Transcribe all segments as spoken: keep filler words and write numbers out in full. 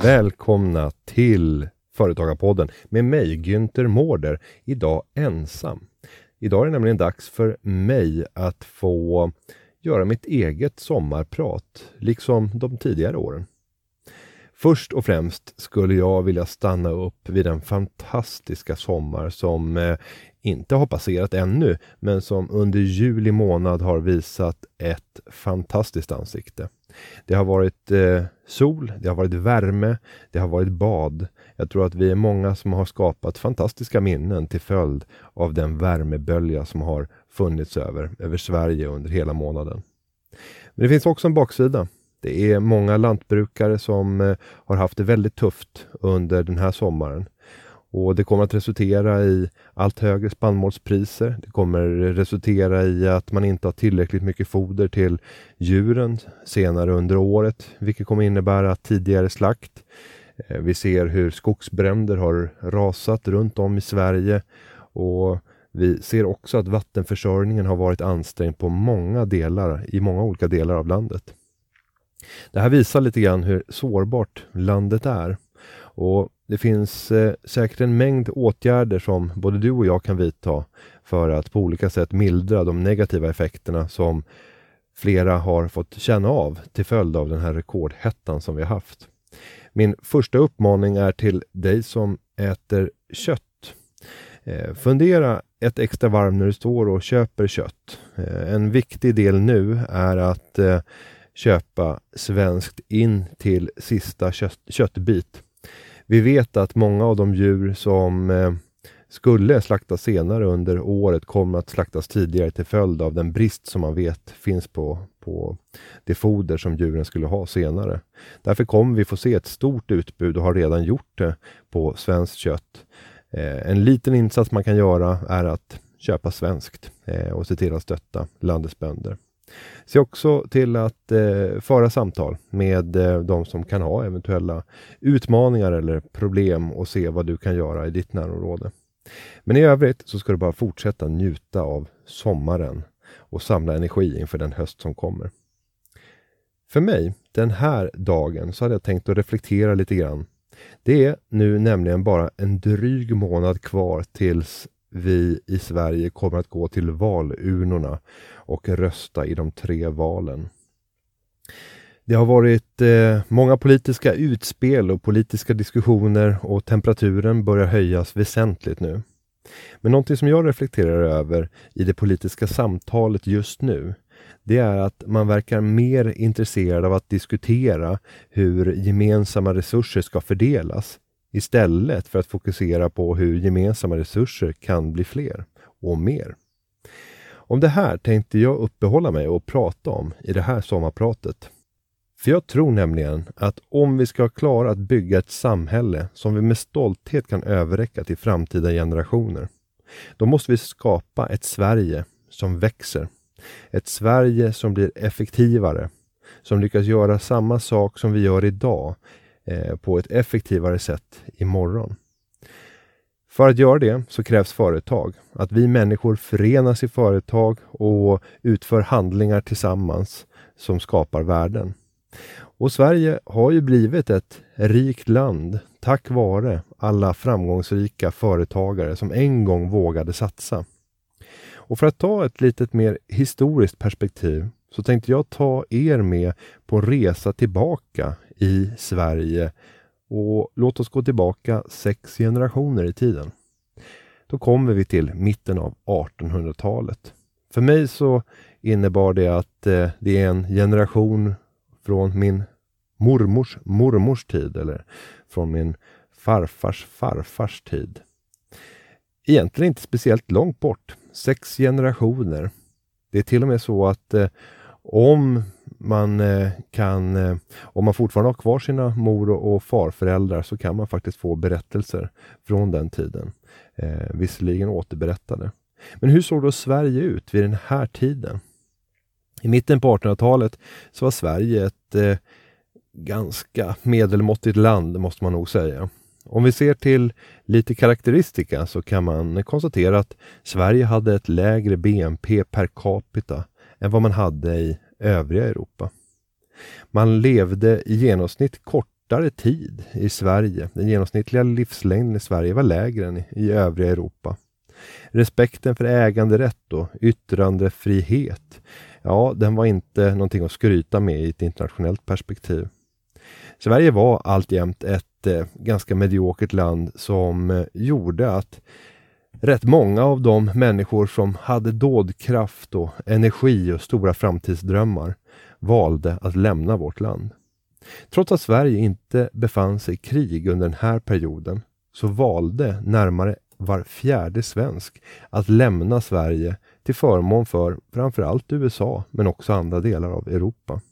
Välkomna till Företagarpodden med mig, Günther Mårder, idag ensam. Idag är det nämligen dags för mig att få göra mitt eget sommarprat, liksom de tidigare åren. Först och främst skulle jag vilja stanna upp vid den fantastiska sommar som eh, inte har passerat ännu, men som under juli månad har visat ett fantastiskt ansikte. Det har varit eh, sol, det har varit värme, det har varit bad. Jag tror att vi är många som har skapat fantastiska minnen till följd av den värmebölja som har funnits över, över Sverige under hela månaden. Men det finns också en baksida. Det är många lantbrukare som eh, har haft det väldigt tufft under den här sommaren. Och det kommer att resultera i allt högre spannmålspriser. Det kommer resultera i att man inte har tillräckligt mycket foder till djuren senare under året. Vilket kommer innebära tidigare slakt. Eh, vi ser hur skogsbränder har rasat runt om i Sverige. Och vi ser också att vattenförsörjningen har varit ansträngd på många delar, i många olika delar av landet. Det här visar lite grann hur sårbart landet är. Och det finns eh, säkert en mängd åtgärder som både du och jag kan vidta för att på olika sätt mildra de negativa effekterna som flera har fått känna av till följd av den här rekordhettan som vi har haft. Min första uppmaning är till dig som äter kött. Eh, fundera ett extra varv när du står och köper kött. Eh, en viktig del nu är att eh, köpa svenskt in till sista kött, köttbit. Vi vet att många av de djur som eh, skulle slaktas senare under året kommer att slaktas tidigare till följd av den brist som man vet finns på, på det foder som djuren skulle ha senare. Därför kommer vi få se ett stort utbud och har redan gjort det på svenskt kött. Eh, en liten insats man kan göra är att köpa svenskt eh, och se till att stötta landets bönder. Se också till att eh, föra samtal med eh, de som kan ha eventuella utmaningar eller problem och se vad du kan göra i ditt närområde. Men i övrigt så ska du bara fortsätta njuta av sommaren och samla energi inför den höst som kommer. För mig, den här dagen, så hade jag tänkt att reflektera lite grann. Det är nu nämligen bara en dryg månad kvar tills vi i Sverige kommer att gå till valurnorna och rösta i de tre valen. Det har varit eh, många politiska utspel och politiska diskussioner och temperaturen börjar höjas väsentligt nu. Men någonting som jag reflekterar över i det politiska samtalet just nu, det är att man verkar mer intresserad av att diskutera hur gemensamma resurser ska fördelas istället för att fokusera på hur gemensamma resurser kan bli fler och mer. Om det här tänkte jag uppehålla mig och prata om i det här sommarpratet. För jag tror nämligen att om vi ska klara att bygga ett samhälle som vi med stolthet kan överräcka till framtida generationer, då måste vi skapa ett Sverige som växer. Ett Sverige som blir effektivare, som lyckas göra samma sak som vi gör idag eh, på ett effektivare sätt imorgon. För att göra det så krävs företag. Att vi människor förenas i företag och utför handlingar tillsammans som skapar värden. Och Sverige har ju blivit ett rikt land tack vare alla framgångsrika företagare som en gång vågade satsa. Och för att ta ett litet mer historiskt perspektiv så tänkte jag ta er med på en resa tillbaka i Sverige. Och låt oss gå tillbaka sex generationer i tiden. Då kommer vi till mitten av artonhundratalet. För mig så innebar det att eh, det är en generation från min mormors mormors tid. Eller från min farfars farfars tid. Egentligen inte speciellt långt bort. Sex generationer. Det är till och med så att eh, om man eh, kan, eh, om man fortfarande har kvar sina mor- och farföräldrar så kan man faktiskt få berättelser från den tiden. Eh, visserligen återberättade. Men hur såg då Sverige ut vid den här tiden? I mitten på artonhundratalet så var Sverige ett eh, ganska medelmåttigt land, måste man nog säga. Om vi ser till lite karaktäristika så kan man konstatera att Sverige hade ett lägre B N P per capita än vad man hade i övriga Europa. Man levde i genomsnitt kort kortare tid i Sverige. Den genomsnittliga livslängden i Sverige var lägre än i övriga Europa. Respekten för äganderätt och yttrandefrihet, ja, den var inte någonting att skryta med i ett internationellt perspektiv. Sverige var alltjämt ett eh, ganska mediokert land som eh, gjorde att rätt många av de människor som hade dådkraft och energi och stora framtidsdrömmar valde att lämna vårt land. Trots att Sverige inte befann sig i krig under den här perioden så valde närmare var fjärde svensk att lämna Sverige till förmån för framförallt U S A men också andra delar av Europa.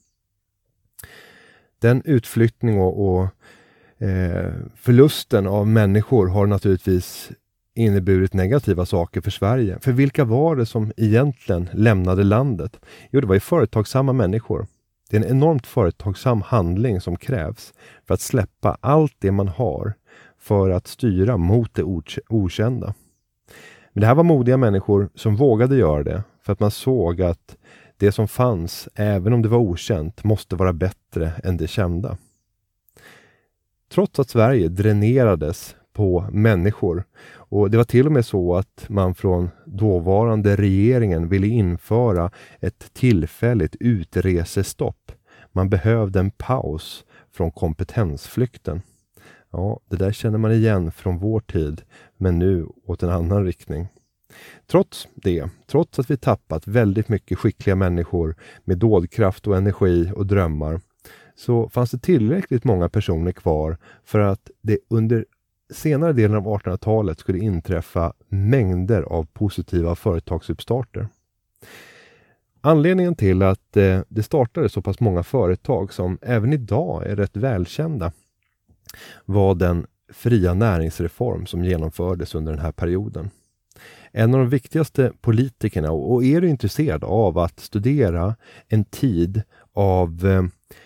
Den utflyttning och, och eh, förlusten av människor har naturligtvis inneburit negativa saker för Sverige. För vilka var det som egentligen lämnade landet? Jo, det var ju företagsamma människor. Det är en enormt företagsam handling som krävs för att släppa allt det man har för att styra mot det okända. Men det här var modiga människor som vågade göra det för att man såg att det som fanns, även om det var okänt, måste vara bättre än det kända. Trots att Sverige dränerades på människor, och det var till och med så att man från dåvarande regeringen ville införa ett tillfälligt utresestopp. Man behövde en paus från kompetensflykten. Ja, det där känner man igen från vår tid, men nu åt en annan riktning. Trots det, trots att vi tappat väldigt mycket skickliga människor med dådkraft och energi och drömmar, så fanns det tillräckligt många personer kvar för att det under senare delen av artonhundratalet skulle inträffa mängder av positiva företagsuppstarter. Anledningen till att eh, det startade så pass många företag som även idag är rätt välkända var den fria näringsreform som genomfördes under den här perioden. En av de viktigaste politikerna, och är du intresserad av att studera en tid av, eh,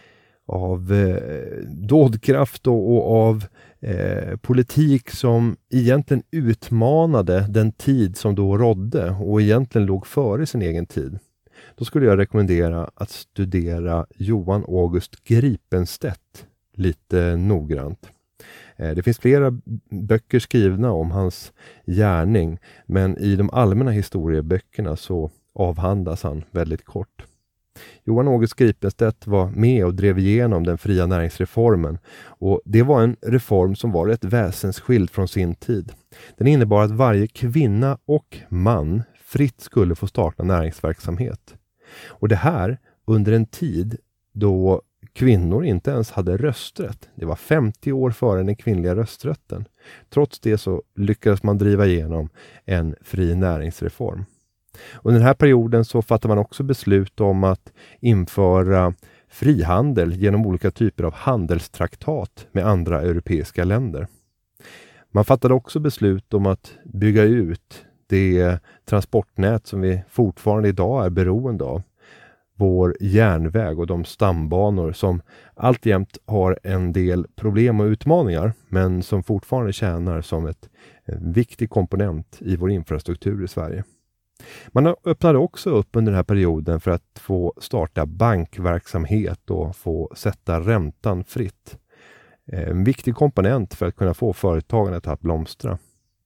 av eh, dådkraft och, och av eh, politik som egentligen utmanade den tid som då rådde och egentligen låg före sin egen tid, då skulle jag rekommendera att studera Johan August Gripenstedt lite noggrant. Det finns flera böcker skrivna om hans gärning, men i de allmänna historieböckerna så avhandlas han väldigt kort. Johan August Gripenstedt var med och drev igenom den fria näringsreformen, och det var en reform som var rätt väsensskild från sin tid. Den innebar att varje kvinna och man fritt skulle få starta näringsverksamhet. Och det här under en tid då kvinnor inte ens hade rösträtt. Det var femtio år före den kvinnliga rösträtten. Trots det så lyckades man driva igenom en fri näringsreform. Under den här perioden så fattade man också beslut om att införa frihandel genom olika typer av handelstraktat med andra europeiska länder. Man fattade också beslut om att bygga ut det transportnät som vi fortfarande idag är beroende av. Vår järnväg och de stambanor som alltjämt har en del problem och utmaningar, men som fortfarande tjänar som ett, en viktig komponent i vår infrastruktur i Sverige. Man öppnade också upp under den här perioden för att få starta bankverksamhet och få sätta räntan fritt. En viktig komponent för att kunna få företagandet att blomstra.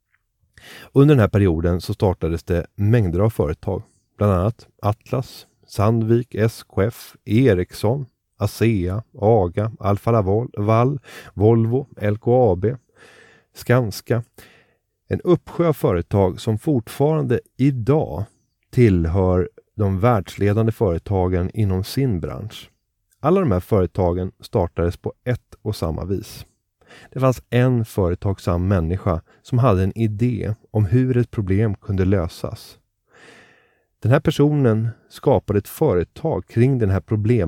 Under den här perioden så startades det mängder av företag, bland annat Atlas, Sandvik, S K F, Ericsson, ASEA, AGA, Alfa Laval, Volvo, L K A B, Skanska. En uppsjö av företag som fortfarande idag tillhör de världsledande företagen inom sin bransch. Alla de här företagen startades på ett och samma vis. Det fanns en företagsam människa som hade en idé om hur ett problem kunde lösas. Den här personen skapade ett företag kring den här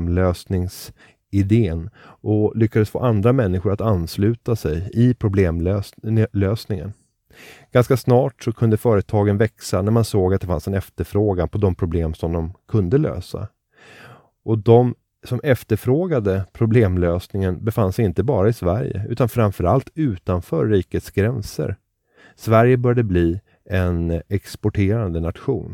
problemlösningsidén och lyckades få andra människor att ansluta sig i problemlösningen. Ganska snart så kunde företagen växa när man såg att det fanns en efterfrågan på de problem som de kunde lösa. Och de som efterfrågade problemlösningen befann sig inte bara i Sverige utan framförallt utanför rikets gränser. Sverige började bli en exporterande nation.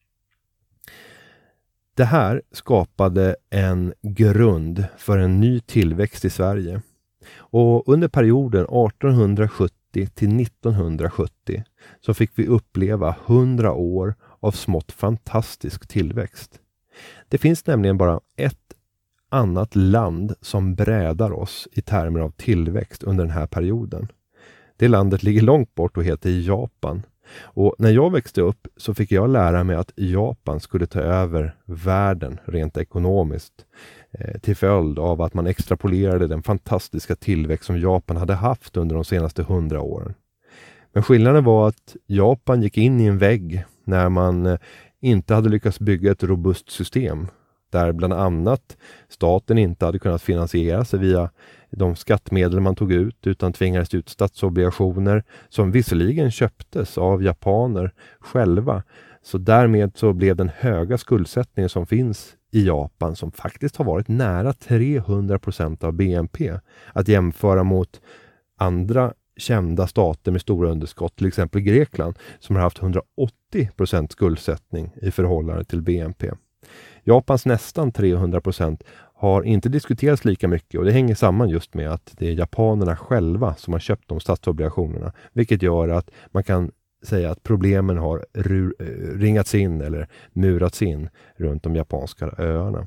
Det här skapade en grund för en ny tillväxt i Sverige. Och under perioden artonhundrasjuttio till nittonhundrasjuttio så fick vi uppleva hundra år av smått fantastisk tillväxt. Det finns nämligen bara ett annat land som brädar oss i termer av tillväxt under den här perioden. Det landet ligger långt bort och heter Japan. Och när jag växte upp så fick jag lära mig att Japan skulle ta över världen rent ekonomiskt eh, till följd av att man extrapolerade den fantastiska tillväxt som Japan hade haft under de senaste hundra åren. Men skillnaden var att Japan gick in i en vägg när man eh, inte hade lyckats bygga ett robust system där bland annat staten inte hade kunnat finansiera sig via de skattmedel man tog ut utan tvingades ut statsobligationer som visserligen köptes av japaner själva. Så därmed så blev den höga skuldsättningen som finns i Japan, som faktiskt har varit nära trehundra procent av B N P, att jämföra mot andra kända stater med stora underskott, till exempel Grekland som har haft hundraåttio procent skuldsättning i förhållande till B N P. Japans nästan trehundra procent har inte diskuterats lika mycket, och det hänger samman just med att det är japanerna själva som har köpt de statsobligationerna, vilket gör att man kan säga att problemen har ringats in eller murats in runt de japanska öarna.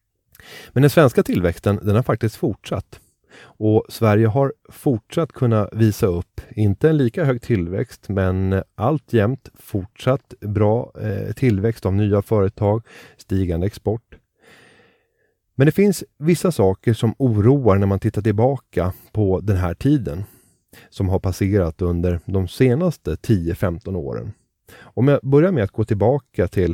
Men den svenska tillväxten, den har faktiskt fortsatt. Och Sverige har fortsatt kunna visa upp, inte en lika hög tillväxt, men alltjämt fortsatt bra eh, tillväxt av nya företag, stigande export. Men det finns vissa saker som oroar när man tittar tillbaka på den här tiden som har passerat under de senaste tio femton åren. Om jag börjar med att gå tillbaka till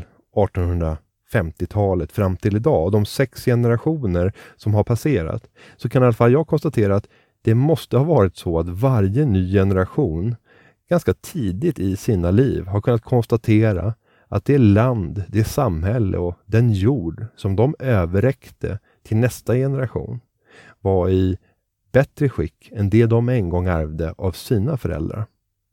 artonhundrafemtiotalet fram till idag och de sex generationer som har passerat, så kan i alla fall jag konstatera att det måste ha varit så att varje ny generation ganska tidigt i sina liv har kunnat konstatera att det land, det samhälle och den jord som de överräckte till nästa generation var i bättre skick än det de en gång ärvde av sina föräldrar.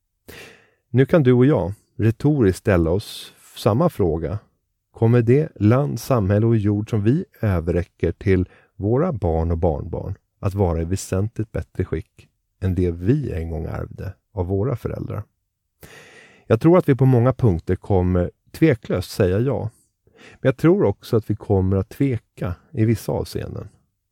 Nu kan du och jag retoriskt ställa oss samma fråga. Kommer det land, samhälle och jord som vi överräcker till våra barn och barnbarn att vara i väsentligt bättre skick än det vi en gång ärvde av våra föräldrar? Jag tror att vi på många punkter kommer tveklöst säga ja. Men jag tror också att vi kommer att tveka i vissa avseenden.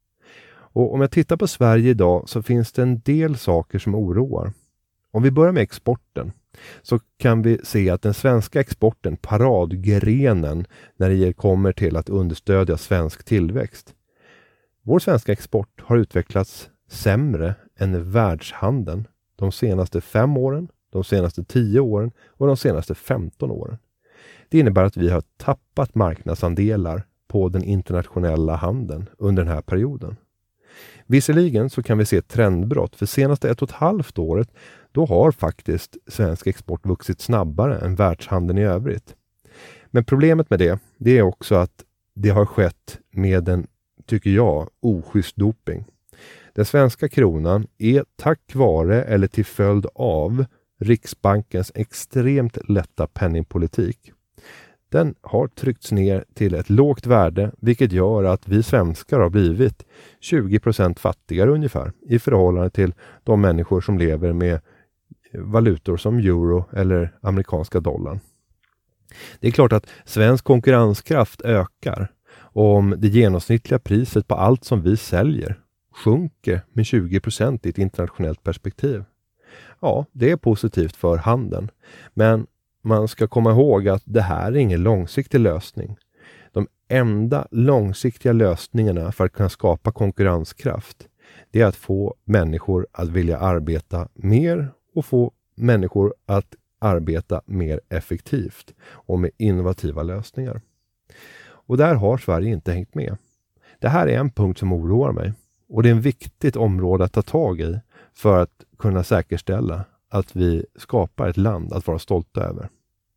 Och om jag tittar på Sverige idag så finns det en del saker som oroar. Om vi börjar med exporten så kan vi se att den svenska exporten, paradgrenen när det kommer till att understödja svensk tillväxt. Vår svenska export har utvecklats sämre än världshandeln de senaste fem åren, de senaste tio åren och de senaste femton åren. Det innebär att vi har tappat marknadsandelar på den internationella handeln under den här perioden. Visserligen så kan vi se ett trendbrott, för senaste ett och ett halvt året då har faktiskt svensk export vuxit snabbare än världshandeln i övrigt. Men problemet med det, det är också att det har skett med en, tycker jag, oschysst doping. Den svenska kronan är tack vare eller till följd av Riksbankens extremt lätta penningpolitik. Den har tryckts ner till ett lågt värde, vilket gör att vi svenskar har blivit tjugo procent fattigare ungefär i förhållande till de människor som lever med valutor som euro eller amerikanska dollar. Det är klart att svensk konkurrenskraft ökar om det genomsnittliga priset på allt som vi säljer sjunker med tjugo procent i ett internationellt perspektiv. Ja, det är positivt för handeln, men man ska komma ihåg att det här är ingen långsiktig lösning. De enda långsiktiga lösningarna för att kunna skapa konkurrenskraft, det är att få människor att vilja arbeta mer och få människor att arbeta mer effektivt och med innovativa lösningar. Och där har Sverige inte hängt med. Det här är en punkt som oroar mig, och det är ett viktigt område att ta tag i för att kunna säkerställa att vi skapar ett land att vara stolta över.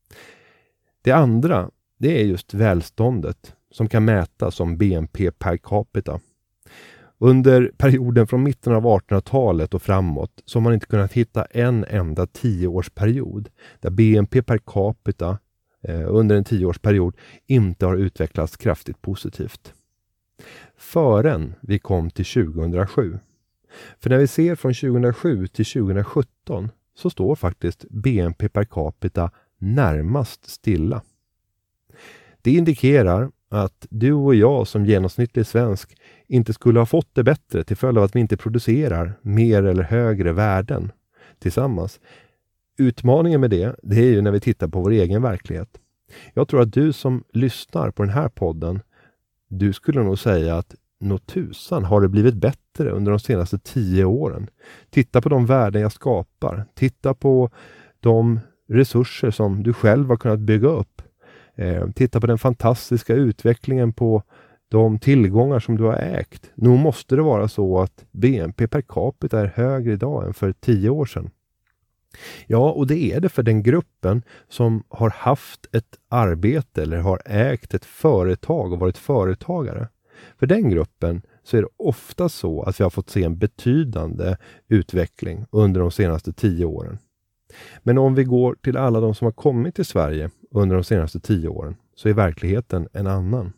Det andra, det är just välståndet som kan mätas som B N P per capita. Under perioden från mitten av artonhundratalet och framåt så har man inte kunnat hitta en enda tioårsperiod där B N P per capita eh, under en tioårsperiod inte har utvecklats kraftigt positivt. Förrän vi kom till tjugohundrasju. För när vi ser från tjugohundrasju till tjugohundrasjutton så står faktiskt B N P per capita närmast stilla. Det indikerar att du och jag som genomsnittlig svensk inte skulle ha fått det bättre till följd av att vi inte producerar mer eller högre värden tillsammans. Utmaningen med det, det är ju när vi tittar på vår egen verklighet. Jag tror att du som lyssnar på den här podden, du skulle nog säga att nå tusan har det blivit bättre under de senaste tio åren. Titta på de värden jag skapar. Titta på de resurser som du själv har kunnat bygga upp. Eh, titta på den fantastiska utvecklingen på de tillgångar som du har ägt. Nog måste det vara så att B N P per capita är högre idag än för tio år sedan. Ja, och det är det för den gruppen som har haft ett arbete eller har ägt ett företag och varit företagare. För den gruppen så är det ofta så att vi har fått se en betydande utveckling under de senaste tio åren. Men om vi går till alla de som har kommit till Sverige under de senaste tio åren så är verkligheten en annan.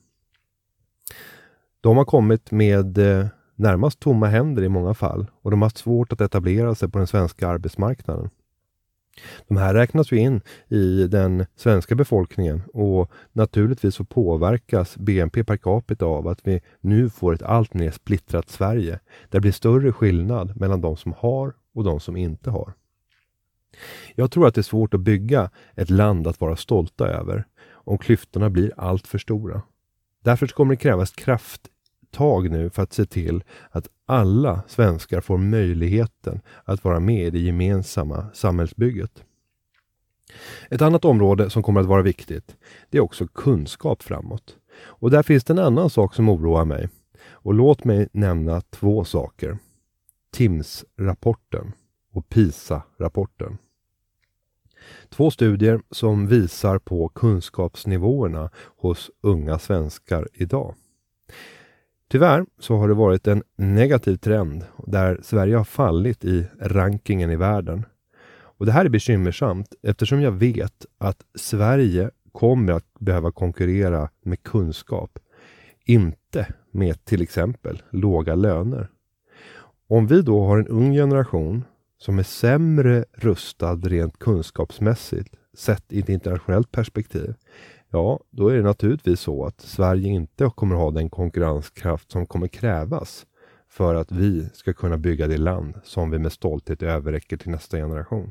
De har kommit med eh, närmast tomma händer i många fall och de har haft svårt att etablera sig på den svenska arbetsmarknaden. De här räknas ju in i den svenska befolkningen och naturligtvis så påverkas B N P per capita av att vi nu får ett allt mer splittrat Sverige. Det blir större skillnad mellan de som har och de som inte har. Jag tror att det är svårt att bygga ett land att vara stolta över om klyftorna blir allt för stora. Därför kommer det krävas krafttag nu för att se till att alla svenskar får möjligheten att vara med i det gemensamma samhällsbygget. Ett annat område som kommer att vara viktigt, det är också kunskap framåt. Och där finns det en annan sak som oroar mig. Och låt mig nämna två saker. Timss-rapporten och PISA-rapporten. Två studier som visar på kunskapsnivåerna hos unga svenskar idag. Tyvärr så har det varit en negativ trend där Sverige har fallit i rankingen i världen. Och det här är bekymmersamt eftersom jag vet att Sverige kommer att behöva konkurrera med kunskap, inte med till exempel låga löner. Om vi då har en ung generation som är sämre rustad rent kunskapsmässigt sett i ett internationellt perspektiv, ja, då är det naturligtvis så att Sverige inte kommer ha den konkurrenskraft som kommer krävas för att vi ska kunna bygga det land som vi med stolthet överräcker till nästa generation.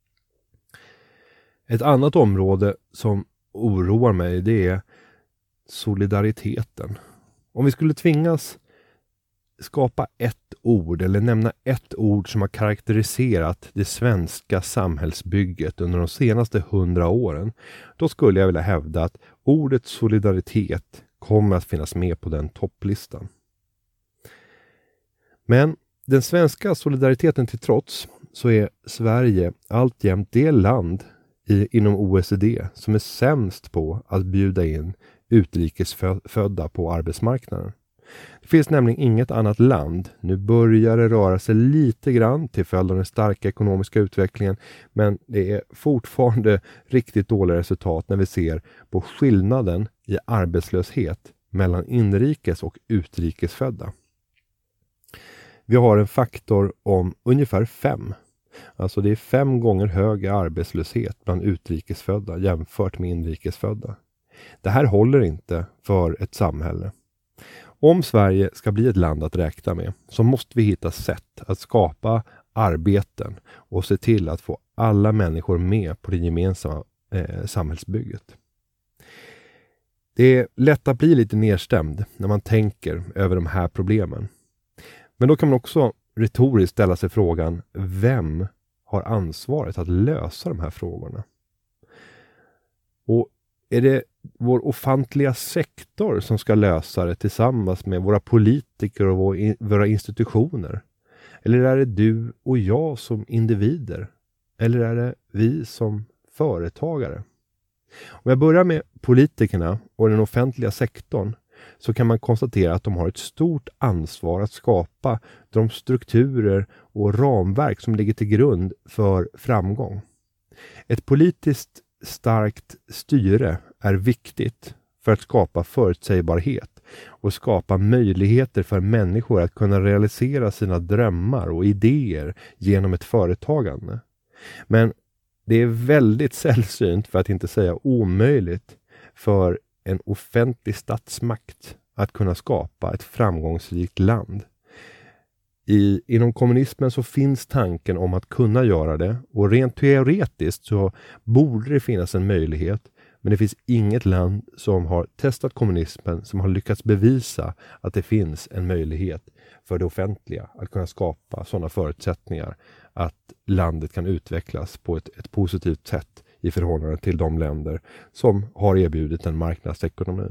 Ett annat område som oroar mig, det är solidariteten. Om vi skulle tvingas skapa ett ord eller nämna ett ord som har karaktäriserat det svenska samhällsbygget under de senaste hundra åren, då skulle jag vilja hävda att ordet solidaritet kommer att finnas med på den topplistan. Men den svenska solidariteten till trots så är Sverige alltjämt det land i, inom O E C D som är sämst på att bjuda in utrikesfödda på arbetsmarknaden. Det finns nämligen inget annat land, nu börjar det röra sig lite grann till följd av den starka ekonomiska utvecklingen, men det är fortfarande riktigt dåliga resultat när vi ser på skillnaden i arbetslöshet mellan inrikes och utrikesfödda. Vi har en faktor om ungefär fem. Alltså det är fem gånger högre arbetslöshet bland utrikesfödda jämfört med inrikesfödda. Det här håller inte för ett samhälle. Om Sverige ska bli ett land att räkna med så måste vi hitta sätt att skapa arbeten och se till att få alla människor med på det gemensamma eh, samhällsbygget. Det är lätt att bli lite nedstämd när man tänker över de här problemen. Men då kan man också retoriskt ställa sig frågan, vem har ansvaret att lösa de här frågorna? Och är det vår ofantliga sektor som ska lösa det tillsammans med våra politiker och våra institutioner? Eller är det du och jag som individer? Eller är det vi som företagare? Om jag börjar med politikerna och den offentliga sektorn så kan man konstatera att de har ett stort ansvar att skapa de strukturer och ramverk som ligger till grund för framgång. Ett politiskt starkt styre är viktigt för att skapa förutsägbarhet och skapa möjligheter för människor att kunna realisera sina drömmar och idéer genom ett företagande. Men det är väldigt sällsynt, för att inte säga omöjligt, för en offentlig statsmakt att kunna skapa ett framgångsrikt land. I, inom kommunismen så finns tanken om att kunna göra det, och rent teoretiskt så borde det finnas en möjlighet, men det finns inget land som har testat kommunismen som har lyckats bevisa att det finns en möjlighet för det offentliga att kunna skapa sådana förutsättningar att landet kan utvecklas på ett, ett positivt sätt i förhållande till de länder som har erbjudit en marknadsekonomi.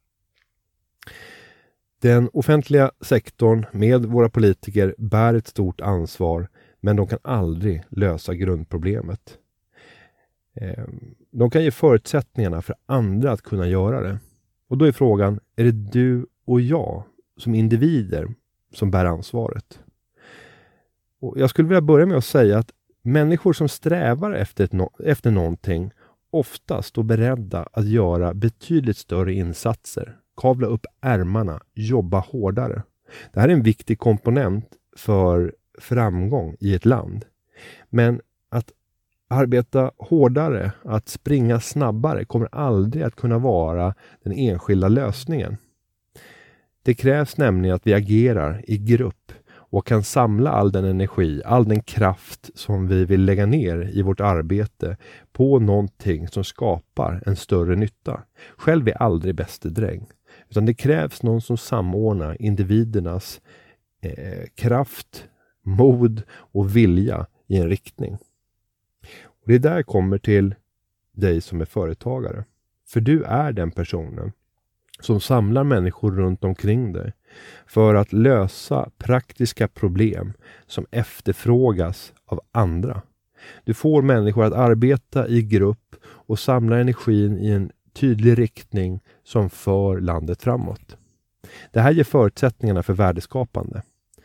Den offentliga sektorn med våra politiker bär ett stort ansvar, men de kan aldrig lösa grundproblemet. De kan ge förutsättningarna för andra att kunna göra det. Och då är frågan, är det du och jag som individer som bär ansvaret? Och jag skulle vilja börja med att säga att människor som strävar efter, ett no- efter någonting ofta står beredda att göra betydligt större insatser, kavla upp ärmarna, jobba hårdare. Det här är en viktig komponent för framgång i ett land. Men att arbeta hårdare, att springa snabbare kommer aldrig att kunna vara den enskilda lösningen. Det krävs nämligen att vi agerar i grupp och kan samla all den energi, all den kraft som vi vill lägga ner i vårt arbete på någonting som skapar en större nytta. Själv är aldrig bäste dräng, utan det krävs någon som samordnar individernas eh, kraft, mod och vilja i en riktning. Och det där kommer till dig som är företagare. För du är den personen som samlar människor runt omkring dig för att lösa praktiska problem som efterfrågas av andra. Du får människor att arbeta i grupp och samla energin i en tydlig riktning som för landet framåt. Det här ger förutsättningarna för värdeskapande.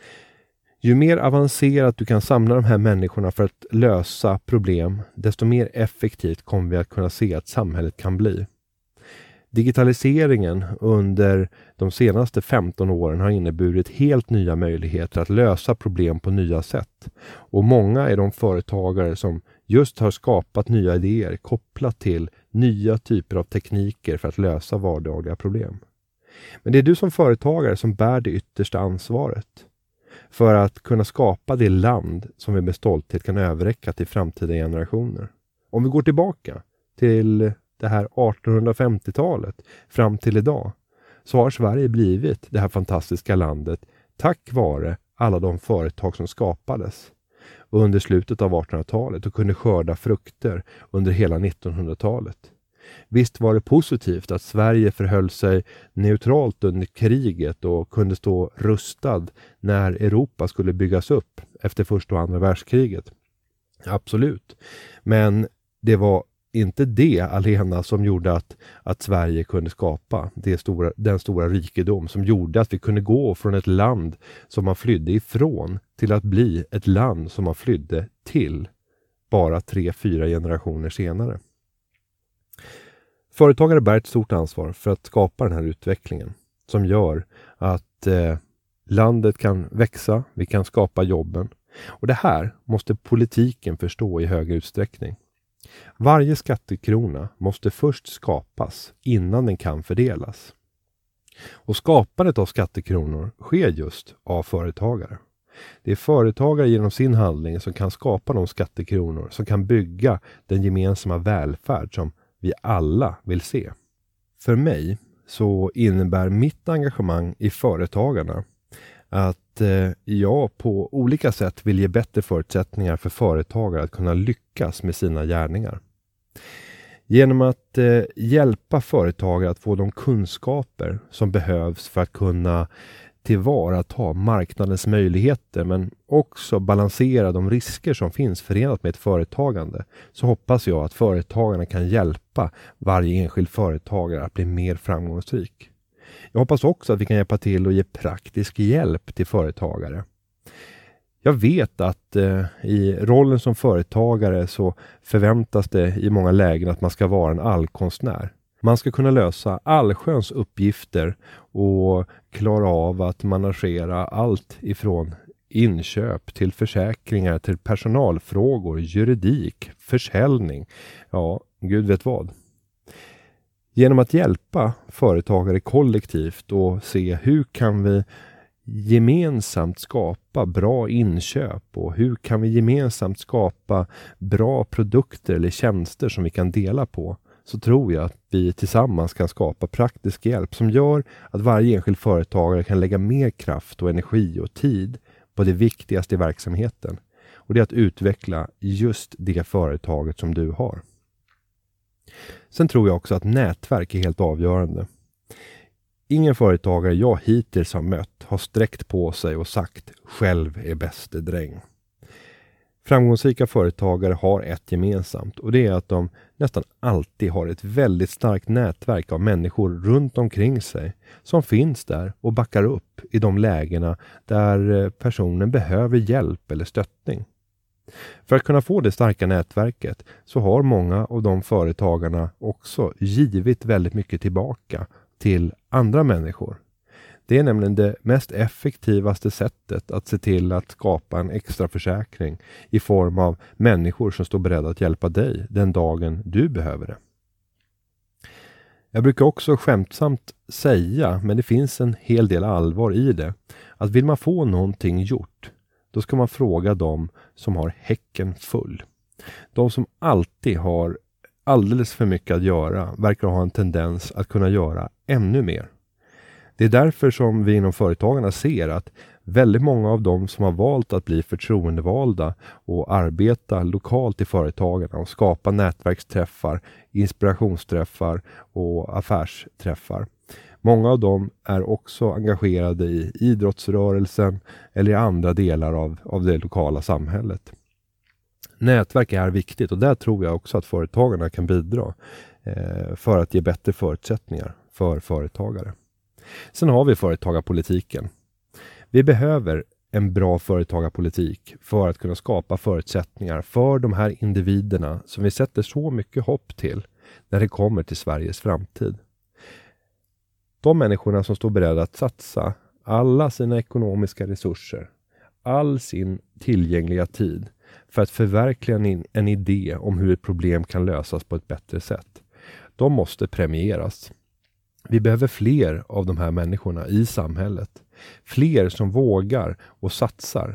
Ju mer avancerat du kan samla de här människorna för att lösa problem, desto mer effektivt kommer vi att kunna se att samhället kan bli. Digitaliseringen under de senaste femton åren har inneburit helt nya möjligheter att lösa problem på nya sätt. Och många är de företagare som just har skapat nya idéer kopplat till nya typer av tekniker för att lösa vardagliga problem. Men det är du som företagare som bär det yttersta ansvaret för att kunna skapa det land som vi med stolthet kan överräcka till framtida generationer. Om vi går tillbaka till det här artonhundrafemtiotalet fram till idag, så har Sverige blivit det här fantastiska landet tack vare alla de företag som skapades under slutet av artonhundratalet och kunde skörda frukter under hela nittonhundratalet. Visst var det positivt att Sverige förhöll sig neutralt under kriget och kunde stå rustad när Europa skulle byggas upp efter första och andra världskriget. Absolut. Men det var inte det alena som gjorde att, att Sverige kunde skapa det stora, den stora rikedom som gjorde att vi kunde gå från ett land som man flydde ifrån till att bli ett land som man flydde till bara tre, fyra generationer senare. Företagare bär ett stort ansvar för att skapa den här utvecklingen som gör att eh, landet kan växa, vi kan skapa jobben. Och det här måste politiken förstå i högre utsträckning. Varje skattekrona måste först skapas innan den kan fördelas. Och skapandet av skattekronor sker just av företagare. Det är företagare genom sin handling som kan skapa de skattekronor som kan bygga den gemensamma välfärd som vi alla vill se. För mig så innebär mitt engagemang i företagarna att eh, jag på olika sätt vill ge bättre förutsättningar för företagare att kunna lyckas med sina gärningar. Genom att eh, hjälpa företagare att få de kunskaper som behövs för att kunna tillvarata marknadens möjligheter men också balansera de risker som finns förenat med ett företagande, så hoppas jag att företagarna kan hjälpa varje enskild företagare att bli mer framgångsrik. Jag hoppas också att vi kan hjälpa till och ge praktisk hjälp till företagare. Jag vet att eh, i rollen som företagare så förväntas det i många lägen att man ska vara en allkonstnär. Man ska kunna lösa allsköns uppgifter och klara av att managera allt ifrån inköp till försäkringar till personalfrågor, juridik, försäljning. Ja, Gud vet vad. Genom att hjälpa företagare kollektivt och se hur kan vi gemensamt skapa bra inköp och hur kan vi gemensamt skapa bra produkter eller tjänster som vi kan dela på, så tror jag att vi tillsammans kan skapa praktisk hjälp som gör att varje enskild företagare kan lägga mer kraft och energi och tid på det viktigaste i verksamheten. Och det är att utveckla just det företaget som du har. Sen tror jag också att nätverk är helt avgörande. Ingen företagare jag hittills har mött har sträckt på sig och sagt själv är bäste dräng. Framgångsrika företagare har ett gemensamt, och det är att de nästan alltid har ett väldigt starkt nätverk av människor runt omkring sig som finns där och backar upp i de lägena där personen behöver hjälp eller stöttning. För att kunna få det starka nätverket så har många av de företagarna också givit väldigt mycket tillbaka till andra människor. Det är nämligen det mest effektivaste sättet att se till att skapa en extra försäkring i form av människor som står beredda att hjälpa dig den dagen du behöver det. Jag brukar också skämtsamt säga, men det finns en hel del allvar i det, att vill man få någonting gjort, då ska man fråga dem som har häcken full. De som alltid har alldeles för mycket att göra verkar ha en tendens att kunna göra ännu mer. Det är därför som vi inom företagarna ser att väldigt många av dem som har valt att bli förtroendevalda och arbeta lokalt i företagarna och skapa nätverksträffar, inspirationsträffar och affärsträffar. Många av dem är också engagerade i idrottsrörelsen eller i andra delar av, av det lokala samhället. Nätverk är viktigt, och där tror jag också att företagarna kan bidra eh, för att ge bättre förutsättningar för företagare. Sen har vi företagarpolitiken. Vi behöver en bra företagarpolitik för att kunna skapa förutsättningar för de här individerna som vi sätter så mycket hopp till när det kommer till Sveriges framtid. De människorna som står beredda att satsa alla sina ekonomiska resurser, all sin tillgängliga tid för att förverkliga en, en idé om hur ett problem kan lösas på ett bättre sätt. De måste premieras. Vi behöver fler av de här människorna i samhället. Fler som vågar och satsar.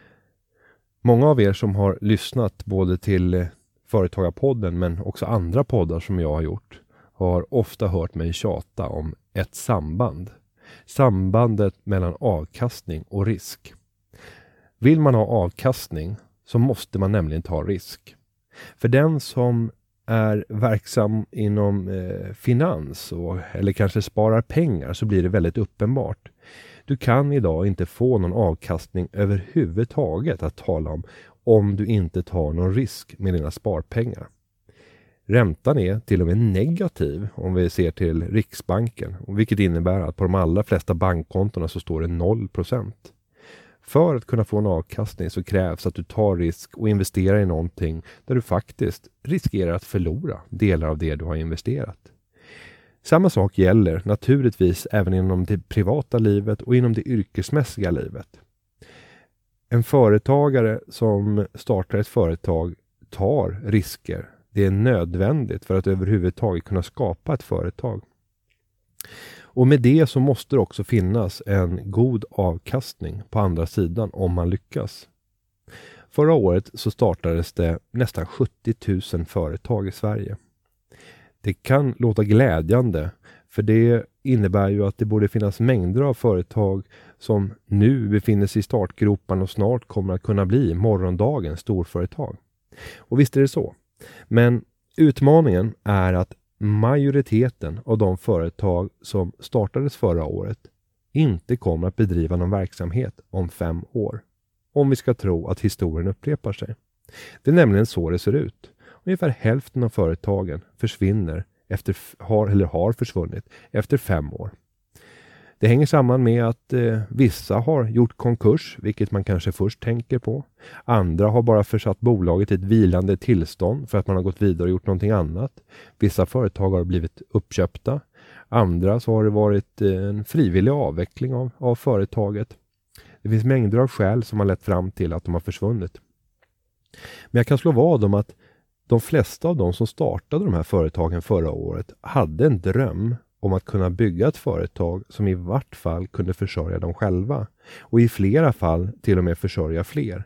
Många av er som har lyssnat både till Företagarpodden men också andra poddar som jag har gjort har ofta hört mig tjata om ett samband. Sambandet mellan avkastning och risk. Vill man ha avkastning så måste man nämligen ta risk. För den som är verksam inom eh, finans och, eller kanske sparar pengar, så blir det väldigt uppenbart. Du kan idag inte få någon avkastning överhuvudtaget att tala om om du inte tar någon risk med dina sparpengar. Räntan är till och med negativ om vi ser till Riksbanken, vilket innebär att på de allra flesta bankkontona så står det noll procent. För att kunna få en avkastning så krävs att du tar risk och investerar i någonting där du faktiskt riskerar att förlora delar av det du har investerat. Samma sak gäller naturligtvis även inom det privata livet och inom det yrkesmässiga livet. En företagare som startar ett företag tar risker. Det är nödvändigt för att överhuvudtaget kunna skapa ett företag. Och med det så måste det också finnas en god avkastning på andra sidan om man lyckas. Förra året så startades det nästan sjuttio tusen företag i Sverige. Det kan låta glädjande, för det innebär ju att det borde finnas mängder av företag som nu befinner sig i startgroparna och snart kommer att kunna bli morgondagens storföretag. Och visst är det så. Men utmaningen är att majoriteten av de företag som startades förra året inte kommer att bedriva någon verksamhet om fem år. Om vi ska tro att historien upprepar sig. Det är nämligen så det ser ut. Ungefär hälften av företagen försvinner efter, har eller har försvunnit efter fem år. Det hänger samman med att eh, vissa har gjort konkurs, vilket man kanske först tänker på. Andra har bara försatt bolaget i ett vilande tillstånd för att man har gått vidare och gjort någonting annat. Vissa företag har blivit uppköpta. Andra så har det varit eh, en frivillig avveckling av, av företaget. Det finns mängder av skäl som har lett fram till att de har försvunnit. Men jag kan slå vad om att de flesta av de som startade de här företagen förra året hade en dröm om att kunna bygga ett företag som i vart fall kunde försörja dem själva och i flera fall till och med försörja fler.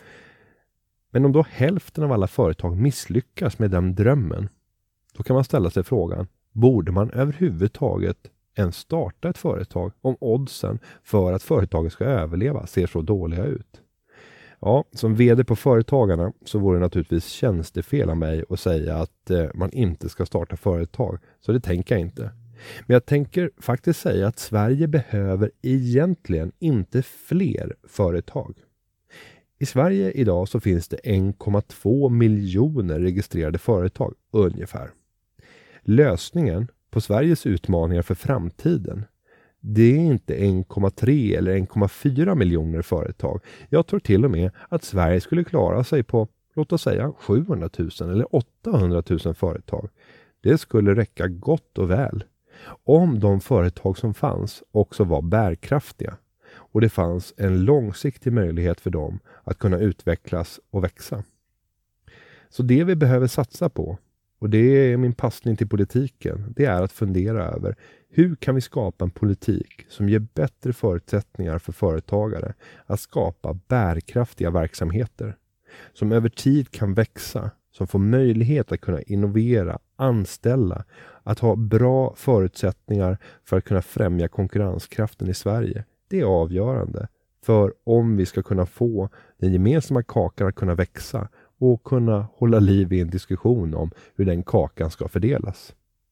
Men om då hälften av alla företag misslyckas med den drömmen, då kan man ställa sig frågan, borde man överhuvudtaget ens starta ett företag om oddsen för att företaget ska överleva ser så dåliga ut? Ja, som vd på Företagarna så vore det naturligtvis tjänstefel av mig att säga att eh, man inte ska starta företag, så det tänker jag inte. Men jag tänker faktiskt säga att Sverige behöver egentligen inte fler företag. I Sverige idag så finns det en komma två miljoner registrerade företag ungefär. Lösningen på Sveriges utmaningar för framtiden, det är inte en komma tre eller en komma fyra miljoner företag. Jag tror till och med att Sverige skulle klara sig på, låt oss säga, sjuhundratusen eller åttahundratusen företag. Det skulle räcka gott och väl om de företag som fanns också var bärkraftiga och det fanns en långsiktig möjlighet för dem att kunna utvecklas och växa. Så det vi behöver satsa på, och det är min passning till politiken, det är att fundera över hur kan vi skapa en politik som ger bättre förutsättningar för företagare att skapa bärkraftiga verksamheter som över tid kan växa, som får möjlighet att kunna innovera, anställa, att ha bra förutsättningar för att kunna främja konkurrenskraften i Sverige. Det är avgörande för om vi ska kunna få den gemensamma kakan att kunna växa och kunna hålla liv i en diskussion om hur den kakan ska fördelas.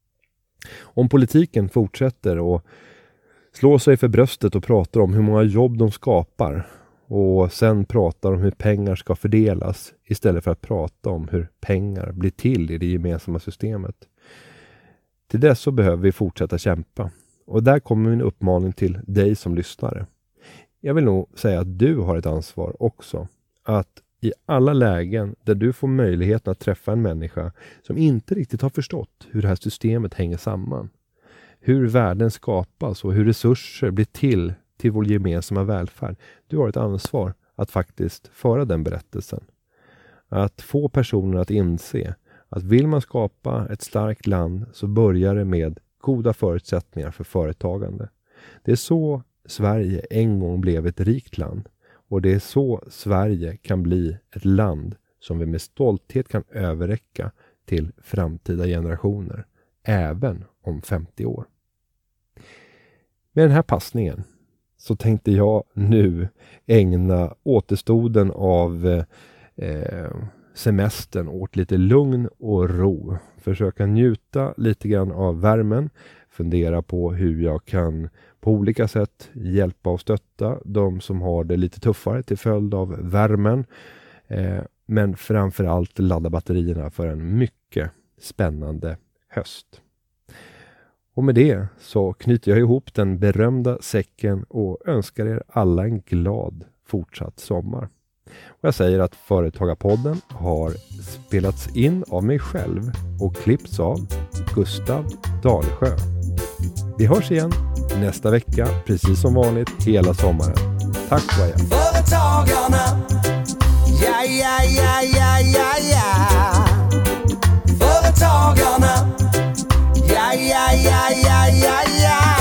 Om politiken fortsätter att slå sig för bröstet och pratar om hur många jobb de skapar och sen pratar om hur pengar ska fördelas istället för att prata om hur pengar blir till i det gemensamma systemet. Till dess så behöver vi fortsätta kämpa. Och där kommer min uppmaning till dig som lyssnare. Jag vill nog säga att du har ett ansvar också. Att i alla lägen där du får möjligheten att träffa en människa som inte riktigt har förstått hur det här systemet hänger samman. Hur världen skapas och hur resurser blir till till vår gemensamma välfärd. Du har ett ansvar att faktiskt föra den berättelsen. Att få personer att inse att vill man skapa ett starkt land så börjar det med goda förutsättningar för företagande. Det är så Sverige en gång blev ett rikt land. Och det är så Sverige kan bli ett land som vi med stolthet kan överräcka till framtida generationer. Även om femtio år. Med den här passningen så tänkte jag nu ägna återstoden av eh, semestern åt lite lugn och ro. Försöka njuta lite grann av värmen. Fundera på hur jag kan på olika sätt hjälpa och stötta de som har det lite tuffare till följd av värmen. Eh, men framförallt ladda batterierna för en mycket spännande höst. Och med det så knyter jag ihop den berömda säcken och önskar er alla en glad fortsatt sommar. Och jag säger att Företagarpodden har spelats in av mig själv och klippts av Gustav Dalsjö. Vi hörs igen nästa vecka, precis som vanligt hela sommaren. Tack för er. Företagarna, ja, ja, ja, ja, ja, ja. Företagarna, ja, ja, ja, ja, ja, ja.